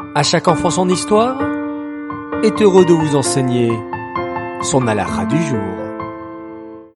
À chaque enfant son histoire est heureux de vous enseigner son halakha du jour.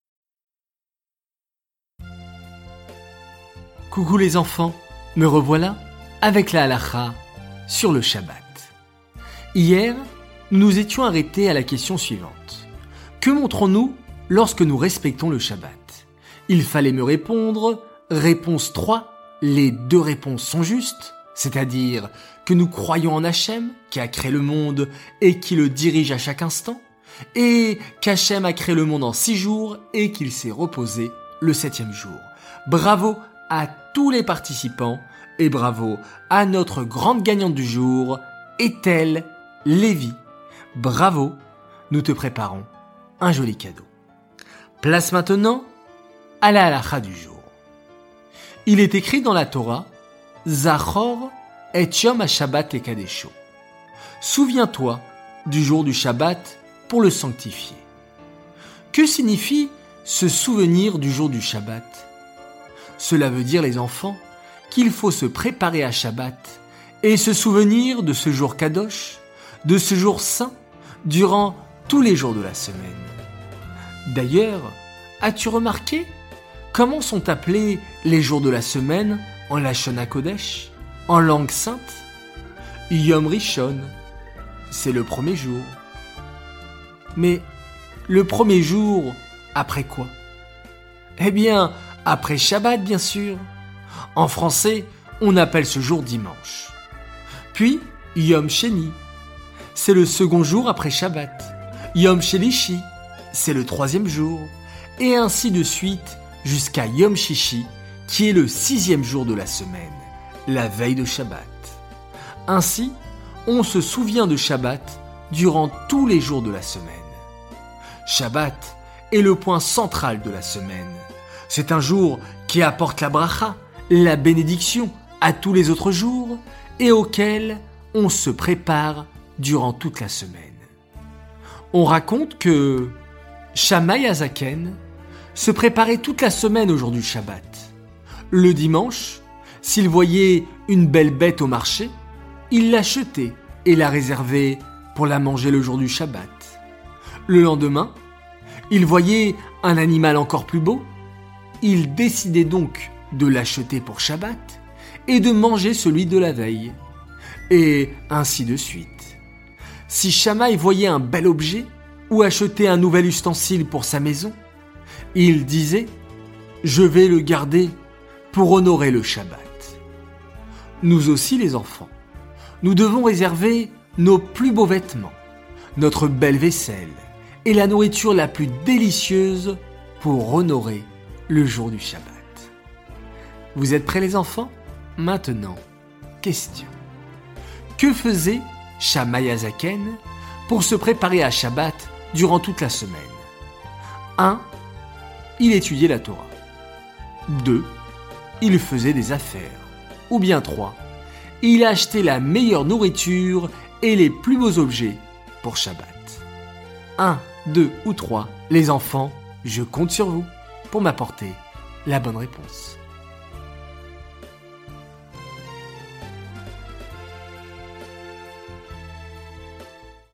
Coucou les enfants, me revoilà avec la halakha sur le Shabbat. Hier, nous nous étions arrêtés à la question suivante. Que montrons-nous lorsque nous respectons le Shabbat ? Il fallait me répondre, réponse 3, les deux réponses sont justes, c'est-à-dire que nous croyons en Hachem, qui a créé le monde et qui le dirige à chaque instant, et qu'Hachem a créé le monde en 6 jours et qu'il s'est reposé le 7e jour. Bravo à tous les participants et bravo à notre grande gagnante du jour, Ethel Lévy. Bravo, nous te préparons un joli cadeau. Place maintenant à la halakha du jour. Il est écrit dans la Torah, Zachor et Yom HaShabbat lekadesho. Souviens-toi du jour du Shabbat pour le sanctifier. Que signifie se souvenir du jour du Shabbat ? Cela veut dire, les enfants, qu'il faut se préparer à Shabbat et se souvenir de ce jour Kadosh, de ce jour saint, durant tous les jours de la semaine. D'ailleurs, as-tu remarqué comment sont appelés les jours de la semaine en Lashon HaKodesh, en langue sainte ? Yom Rishon, c'est le premier jour. Mais le premier jour, après quoi ? Eh bien, après Shabbat, bien sûr. En français, on appelle ce jour dimanche. Puis, Yom Sheni, c'est le second jour après Shabbat. Yom Shelishi, c'est le 3e jour. Et ainsi de suite jusqu'à Yom Shishi, qui est le 6e jour de la semaine, la veille de Shabbat. Ainsi, on se souvient de Shabbat durant tous les jours de la semaine. Shabbat est le point central de la semaine. C'est un jour qui apporte la bracha, la bénédiction, à tous les autres jours et auquel on se prépare durant toute la semaine. On raconte que Shammai Azaken se préparait toute la semaine au jour du Shabbat. Le dimanche, s'il voyait une belle bête au marché, il l'achetait et la réservait pour la manger le jour du Shabbat. Le lendemain, il voyait un animal encore plus beau, il décidait donc de l'acheter pour Shabbat et de manger celui de la veille. Et ainsi de suite. Si Shammai voyait un bel objet ou achetait un nouvel ustensile pour sa maison, il disait « Je vais le garder pour honorer le Shabbat ». Nous aussi, les enfants, nous devons réserver nos plus beaux vêtements, notre belle vaisselle et la nourriture la plus délicieuse pour honorer le jour du Shabbat. Vous êtes prêts, les enfants ? Maintenant, question. Que faisait Shammai Azaken pour se préparer à Shabbat durant toute la semaine ? 1. Il étudiait la Torah. 2. Il faisait des affaires. Ou bien 3. Il achetait la meilleure nourriture et les plus beaux objets pour Shabbat. 1, 2 ou 3, les enfants, je compte sur vous pour m'apporter la bonne réponse.